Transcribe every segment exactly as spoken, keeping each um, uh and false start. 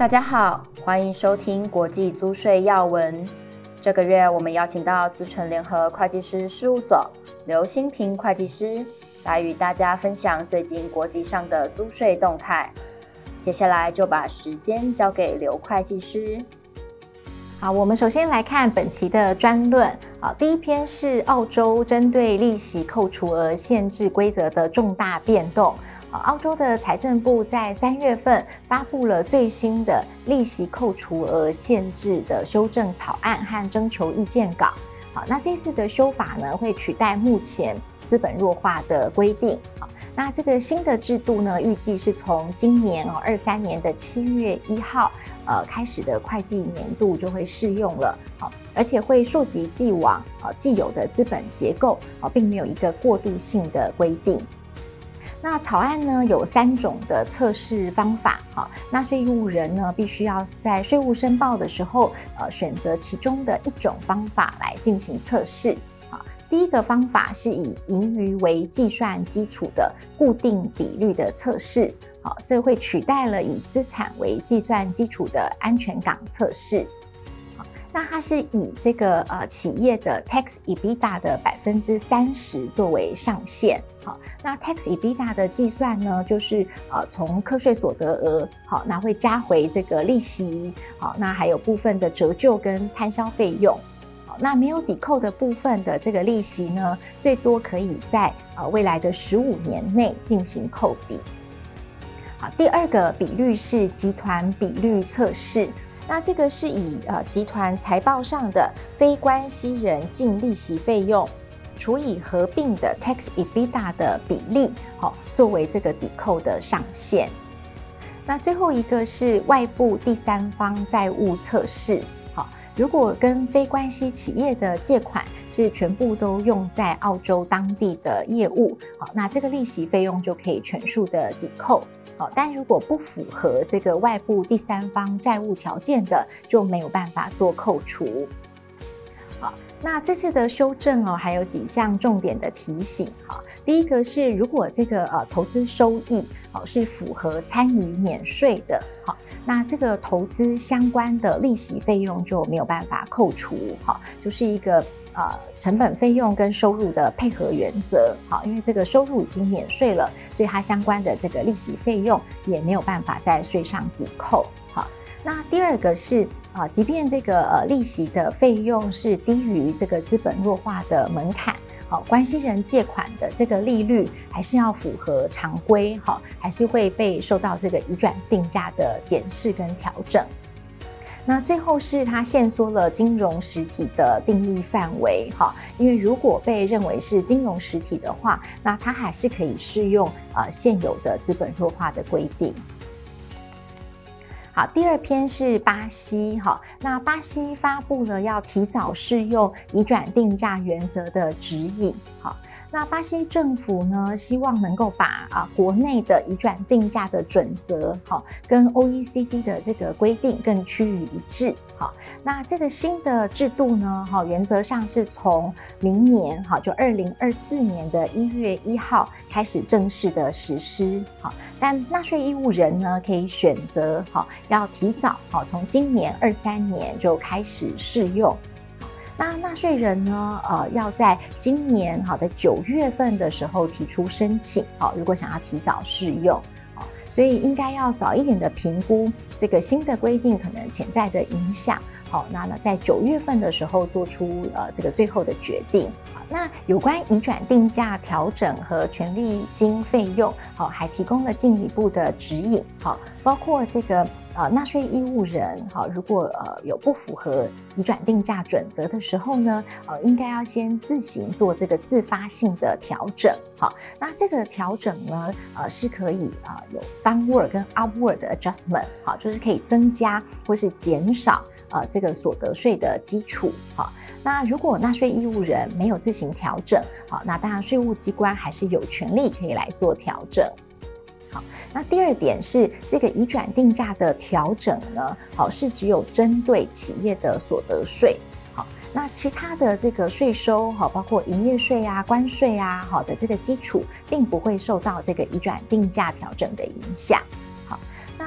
大家好，欢迎收听国际租税要闻。这个月我们邀请到资诚联合会计师事务所刘新平会计师来与大家分享最近国际上的租税动态。接下来就把时间交给刘会计师。 好，我们首先来看本期的专论。好，第一篇是澳洲针对利息扣除额限制规则的重大变动。澳洲的财政部在三月份发布了最新的利息扣除额限制的修正草案和征求意见稿。好，那这次的修法呢，会取代目前资本弱化的规定。好，那这个新的制度呢，预计是从今年哦二三年的七月一号呃开始的会计年度就会适用了。好，而且会溯及既往呃既有的资本结构，呃，并没有一个过渡性的规定。那草案呢有三种的测试方法，哈，纳税义务人呢必须要在税务申报的时候，呃，选择其中的一种方法来进行测试。啊，第一个方法是以盈余为计算基础的固定比率的测试，好，这会取代了以资产为计算基础的安全港测试。那它是以这个呃企业的 tax EBITDA 的百分之三十作为上限。好，那 tax EBITDA 的计算呢，就是呃从课税所得额，好，那会加回这个利息，好，那还有部分的折旧跟摊销费用。好，那没有抵扣的部分的这个利息呢，最多可以在呃未来的十五年内进行扣抵。好，第二个比率是集团比率测试。那这个是以呃集团财报上的非关系人净利息费用除以合并的 tax EBITDA 的比例，好，作为这个抵扣的上限。那最后一个是外部第三方债务测试。好，如果跟非关系企业的借款是全部都用在澳洲当地的业务，好，那这个利息费用就可以全数的抵扣。好，但如果不符合这个外部第三方债务条件的，就没有办法做扣除。好，那这次的修正哦，还有几项重点的提醒。好，第一个是，如果这个呃投资收益好是符合参与免税的，好，那这个投资相关的利息费用就没有办法扣除。好，就是一个呃，成本费用跟收入的配合原则。好，因为这个收入已经免税了，所以它相关的这个利息费用也没有办法在税上抵扣。好，那第二个是啊，即便这个呃利息的费用是低于这个资本弱化的门槛，好，关系人借款的这个利率还是要符合常规，好，还是会被受到这个移转定价的检视跟调整。那最后是它限缩了金融实体的定义范围，哈，因为如果被认为是金融实体的话，那它还是可以适用呃现有的资本弱化的规定。好，第二篇是巴西，哈，那巴西发布了要提早适用移转定价原则的指引，好。那巴西政府呢，希望能够把啊国内的移转定价的准则，好，跟 O E C D 的这个规定更趋于一致。好，那这个新的制度呢，好，原则上是从明年，好，就二零二四年的一月一号开始正式的实施。好，但纳税义务人呢，可以选择，好，要提早，好，从今年二三年就开始适用。那纳税人呢，呃，要在今年好的九月份的时候提出申请，好，如果想要提早适用，好，所以应该要早一点的评估这个新的规定可能潜在的影响，好，那呢在九月份的时候做出呃这个最后的决定。好，那有关移转定价调整和权利金费用，好，还提供了进一步的指引，好，包括这个。呃，纳税义务人，好，如果呃有不符合移转定价准则的时候呢，呃，应该要先自行做这个自发性的调整，好，那这个调整呢，呃，是可以啊、呃、有 downward 跟 upward 的 adjustment， 好，就是可以增加或是减少呃这个所得税的基础，好，那如果纳税义务人没有自行调整，好，那当然税务机关还是有权利可以来做调整。那第二点是这个移转定价的调整呢，好，是只有针对企业的所得税，好，那其他的这个税收，好，包括营业税啊、关税啊，好的这个基础，并不会受到这个移转定价调整的影响。好，那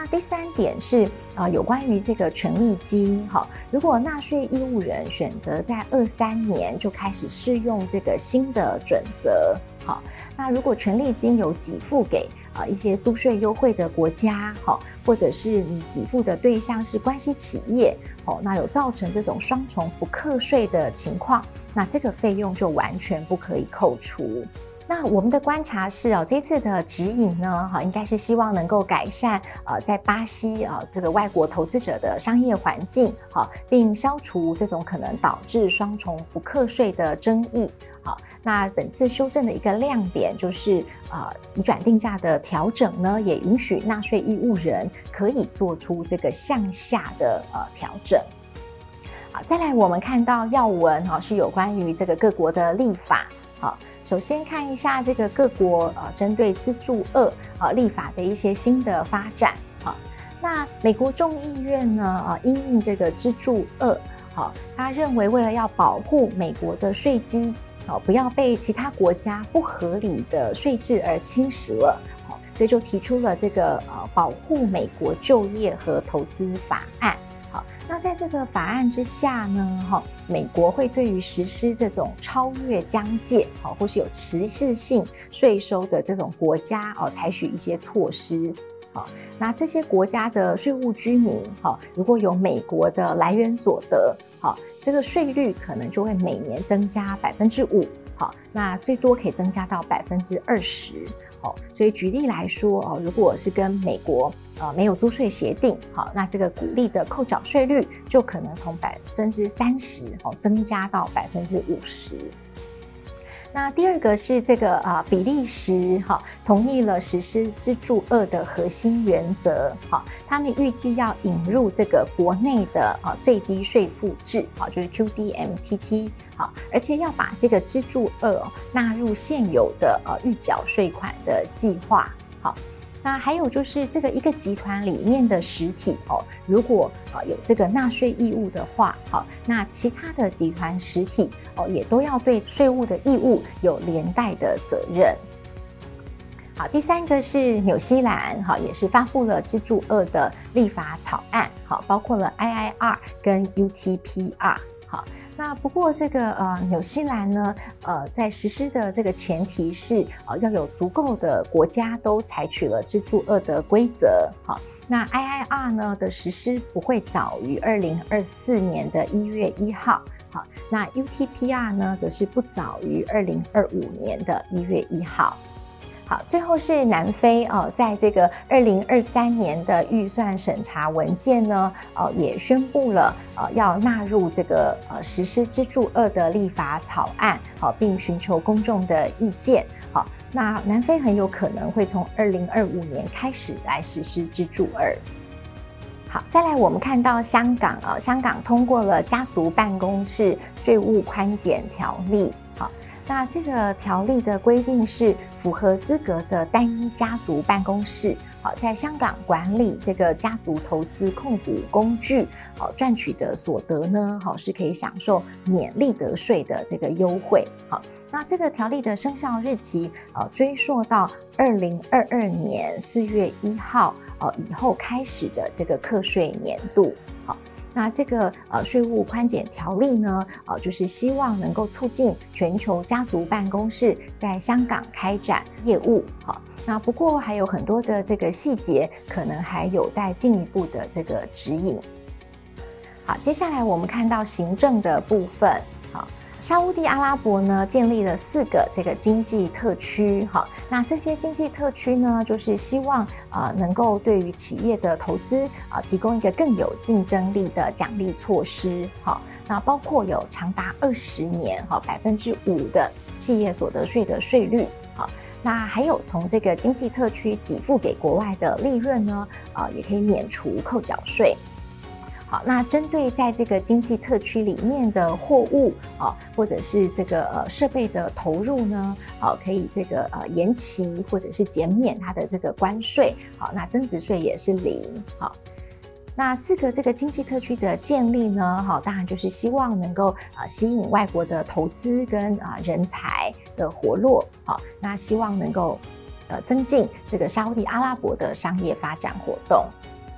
第三点是呃有关于这个权利金哈，如果纳税义务人选择在二三年就开始适用这个新的准则，好，那如果权利金有给付给呃一些租税优惠的国家，好，或者是你给付的对象是关系企业，好，那有造成这种双重不课税的情况，那这个费用就完全不可以扣除。那我们的观察是哦，这次的指引呢，哈，应该是希望能够改善呃在巴西啊、呃、这个外国投资者的商业环境，好，并消除这种可能导致双重不课税的争议。好，那本次修正的一个亮点就是呃移转定价的调整呢，也允许纳税义务人可以做出这个向下的呃调整。好，再来我们看到要闻哈、哦、是有关于这个各国的立法。好，首先看一下这个各国呃针对资助二呃立法的一些新的发展。好，那美国众议院呢呃因应这个资助二，好，他认为为了要保护美国的税基，哦不要被其他国家不合理的税制而侵蚀了，好，所以就提出了这个呃保护美国就业和投资法案。好，那在这个法案之下呢，哈，美国会对于实施这种超越疆界，好，或是有歧视性税收的这种国家，哦，采取一些措施。好，那这些国家的税务居民，好，如果有美国的来源所得，好，这个税率可能就会每年增加百分之五，好，那最多可以增加到百分之二十。好，所以举例来说，哦，如果是跟美国呃没有租税协定，好，那这个股利的扣缴税率就可能从百分之三十哦增加到百分之五十。那第二个是这个啊、呃，比利时哈同意了实施资助二的核心原则，好，他们预计要引入这个国内的啊最低税负制，好，就是 Q D M T T， 好，而且要把这个资助二、哦、纳入现有的呃预缴税款的计划，好。那还有就是这个一个集团里面的实体哦，如果呃有这个纳税义务的话，好，那其他的集团实体哦也都要对税务的义务有连带的责任。好，第三个是纽西兰，好，也是发布了资助二的立法草案，好，包括了 I I R 跟 U T P R， 好。那不过这个呃纽西兰呢，呃在实施的这个前提是呃要有足够的国家都采取了资助二的规则，好，那 I I R 呢的实施不会早于二零二四年的一月一号，好，那 U T P R 呢则是不早于二零二五年的一月一号。好，最后是南非哦，在这个二零二三年的预算审查文件呢，呃，也宣布了呃要纳入这个呃实施资助二的立法草案，好，并寻求公众的意见。好，那南非很有可能会从二零二五年开始来实施资助二。好，再来我们看到香港啊，香港通过了家族办公室税务宽减条例。好，那这个条例的规定是，符合资格的单一家族办公室，好，在香港管理这个家族投资控股工具，好，赚取的所得呢，好，是可以享受免利得税的这个优惠。好，那这个条例的生效日期，呃，追溯到二零二二年四月一号，呃，以后开始的这个课税年度。好。那这个呃税务宽减条例呢，呃，就是希望能够促进全球家族办公室在香港开展业务。好，那不过还有很多的这个细节，可能还有待进一步的这个指引。好，接下来我们看到行政的部分。好，沙烏地阿拉伯呢建立了四个这个经济特区，好，那这些经济特区呢，就是希望呃能够对于企业的投资啊、呃、提供一个更有竞争力的奖励措施，好，那包括有长达二十年哈百分之五的企业所得税的税率，好，那还有从这个经济特区给付给国外的利润呢，呃也可以免除扣缴税。好，那针对在这个经济特区里面的货物啊，或者是这个呃设备的投入呢，啊，可以这个呃延期或者是减免它的这个关税，好，那增值税也是零，好。那四个这个经济特区的建立呢，好，当然就是希望能够呃吸引外国的投资跟啊、呃、人才的活络，好，那希望能够呃增进这个沙烏地阿拉伯的商业发展活动。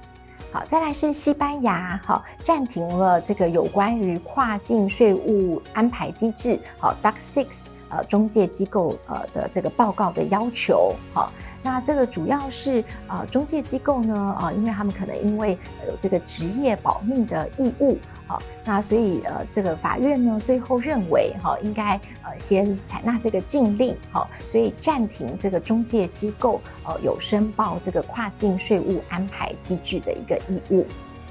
好，再来是西班牙，好，暂停了这个有关于跨境税务安排机制，好 D A C 六呃中介机构呃的这个报告的要求，好。那这个主要是呃中介机构呢，呃，因为他们可能因为有这个职业保密的义务，好，那所以呃这个法院呢最后认为哈、哦，应该呃先采纳这个禁令，好、哦，所以暂停这个中介机构呃有申报这个跨境税务安排机制的一个义务。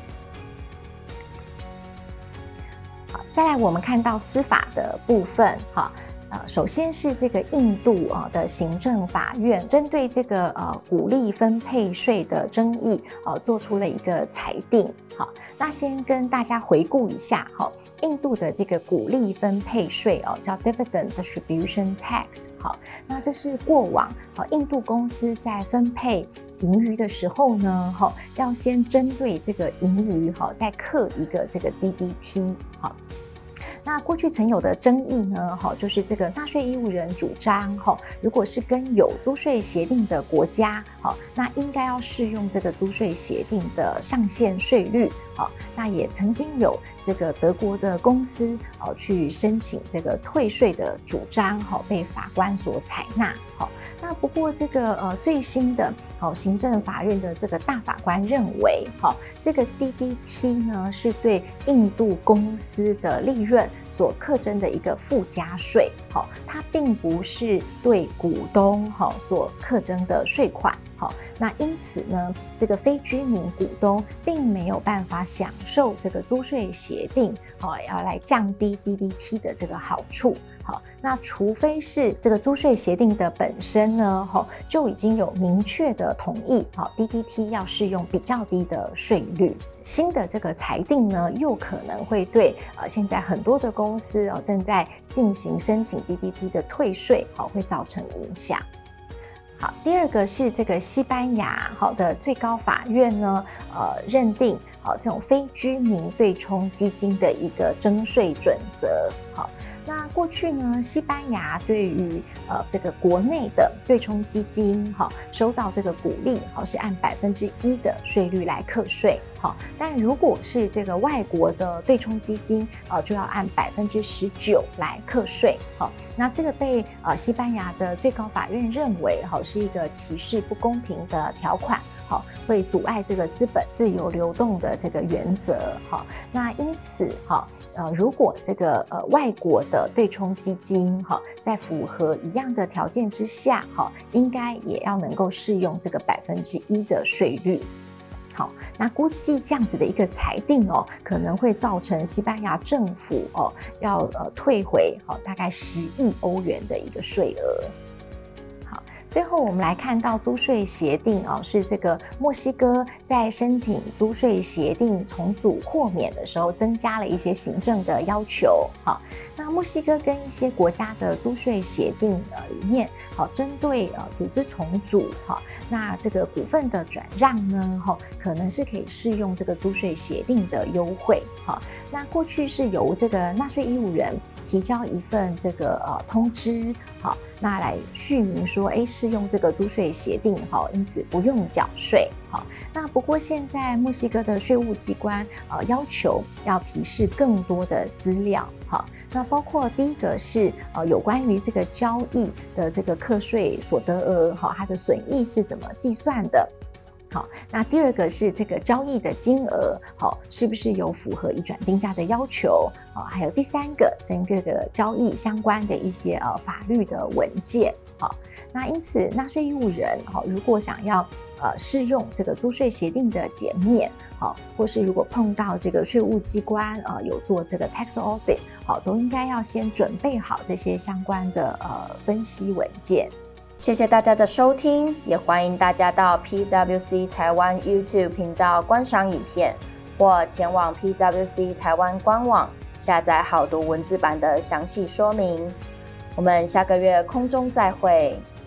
好，再来我们看到司法的部分，哈。呃，首先是这个印度啊的行政法院针对这个呃股利分配税的争议，呃，做出了一个裁定。好，那先跟大家回顾一下，哈，印度的这个股利分配税哦，叫 Dividend Distribution Tax。好，那这是过往好印度公司在分配盈余的时候呢，哈，要先针对这个盈余哈，再课一个这个 D D T。好。那过去曾有的争议呢，就是这个纳税义务人主张，如果是跟有租税协定的国家，那应该要适用这个租税协定的上限税率。那也曾经有这个德国的公司去申请这个退税的主张，被法官所采纳。那不过这个呃最新的哦行政法院的这个大法官认为，哈、哦、这个 D D T 呢是对印度公司的利润所课征的一个附加税，好、哦，它并不是对股东哈、哦、所课征的税款。好，那因此呢，这个非居民股东并没有办法享受这个租税协定，好，要来降低 D D T 的这个好处。好，那除非是这个租税协定的本身呢，哈，就已经有明确的同意，好 ，D D T 要适用比较低的税率。新的这个裁定呢，又可能会对呃现在很多的公司哦正在进行申请 D D T 的退税，好，会造成影响。好，第二个是这个西班牙好的最高法院呢，呃，认定好这种非居民对冲基金的一个征税准则。好，那过去呢，西班牙对于呃这个国内的对冲基金，好收到这个股利，好是按百分之一的税率来课税。好，但如果是这个外国的对冲基金，呃，就要按百分之十九来课税。好，那这个被呃西班牙的最高法院认为，好是一个歧视不公平的条款，好会阻碍这个资本自由流动的这个原则。好，那因此，哈。呃，如果这个呃外国的对冲基金哈，在符合一样的条件之下哈，应该也要能够适用这个百分之一的税率。好，那估计这样子的一个裁定哦，可能会造成西班牙政府哦要呃退回好大概十亿欧元的一个税额。最后，我们来看到租税协定啊，是这个墨西哥在申请租税协定重组豁免的时候，增加了一些行政的要求。好，那墨西哥跟一些国家的租税协定呃里面，好，针对呃组织重组，好，那这个股份的转让呢，哈，可能是可以适用这个租税协定的优惠。好，那过去是由这个纳税义务人提交一份这个呃通知，好，那来续明说，哎，适用这个租税协定，好，因此不用缴税，好。那不过现在墨西哥的税务机关呃要求要提示更多的资料，好，那包括第一个是呃有关于这个交易的这个课税所得额，好，它的损益是怎么计算的。好，那第二个是这个交易的金额，好，是不是有符合移转定价的要求？好，还有第三个，跟这个交易相关的一些呃法律的文件。好，那因此纳税义务人，好，如果想要呃适用这个租税协定的减免，好，或是如果碰到这个税务机关呃有做这个 tax audit，好，都应该要先准备好这些相关的呃分析文件。 谢谢大家的收听，也欢迎大家到 P W C 台湾 YouTube 频道观赏影片，或前往 P W C 台湾官网下载好读文字版的详细说明。我们下个月空中再会。